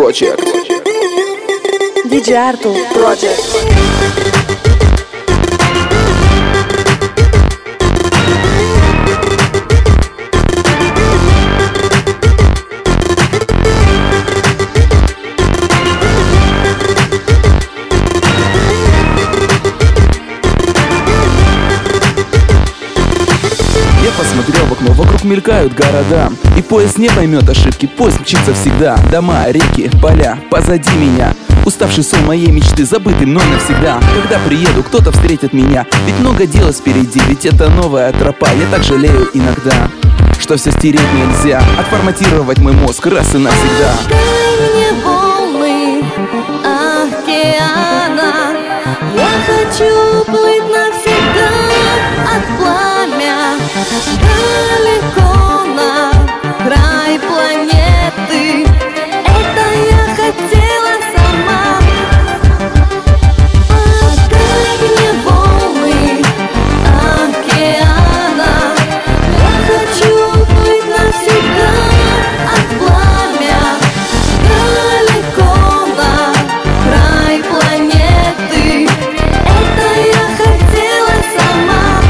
Project. DJ Arthur Project. Посмотрел в окно, вокруг мелькают города, и поезд не поймет ошибки, поезд мчится всегда. Дома, реки, поля, позади меня. Уставший сон моей мечты, забытый мной навсегда. Когда приеду, кто-то встретит меня, ведь много дела впереди, ведь это новая тропа. Я так жалею иногда, что все стереть нельзя, отформатировать мой мозг раз и навсегда. Дай мне волны океана, я хочу плыть навсегда от пламя далеко на край планеты. Это я хотела сама. Отдай мне волны океана, я хочу плыть навсегда от пламя далеко на край планеты. Это я хотела сама.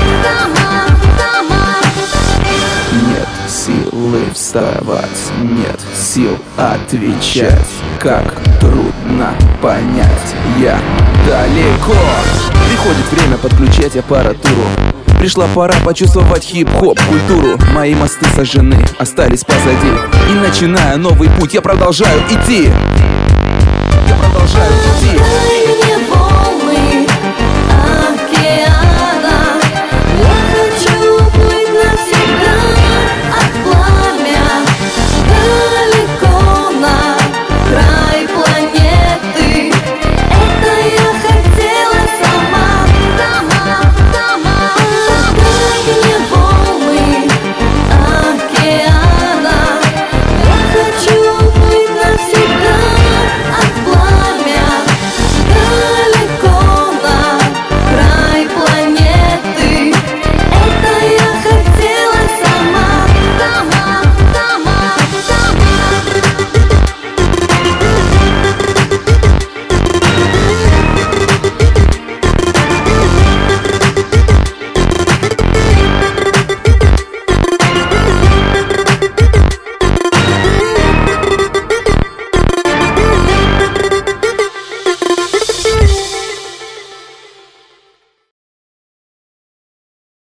Нет силы вставать, нет сил отвечать. Как трудно понять, я далеко. Приходит время подключать аппаратуру. Пришла пора почувствовать хип-хоп культуру. Мои мосты сожжены, остались позади, и начиная новый путь, я продолжаю идти. Я продолжаю идти.